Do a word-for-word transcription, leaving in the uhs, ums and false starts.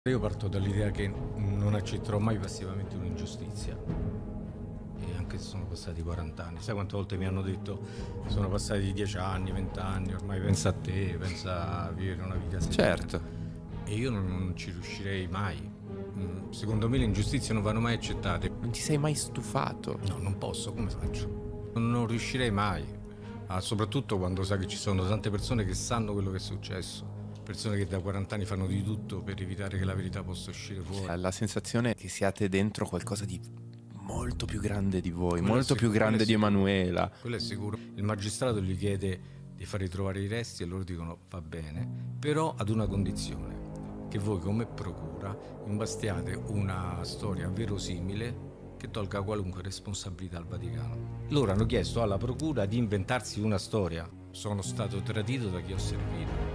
Io parto dall'idea che non accetterò mai passivamente un'ingiustizia. E anche se sono passati quaranta anni. Sai quante volte mi hanno detto sono passati dieci anni, venti anni, ormai pensa a te, pensa a vivere una vita serena. Certo. E io non, non ci riuscirei mai. Secondo me le ingiustizie non vanno mai accettate. Non ti sei mai stufato? No, non posso, come faccio? Non riuscirei mai. Ah, soprattutto quando sai che ci sono tante persone che sanno quello che è successo. Persone che da quaranta anni fanno di tutto per evitare che la verità possa uscire fuori. La sensazione che siate dentro qualcosa di molto più grande di voi, Quello molto sicuro, più grande di quello Emanuela. Quello è sicuro. Il magistrato gli chiede di far ritrovare i resti e loro dicono va bene, però ad una condizione, che voi come procura imbastiate una storia verosimile che tolga qualunque responsabilità al Vaticano. Loro hanno chiesto alla procura di inventarsi una storia. Sono stato tradito da chi ho servito.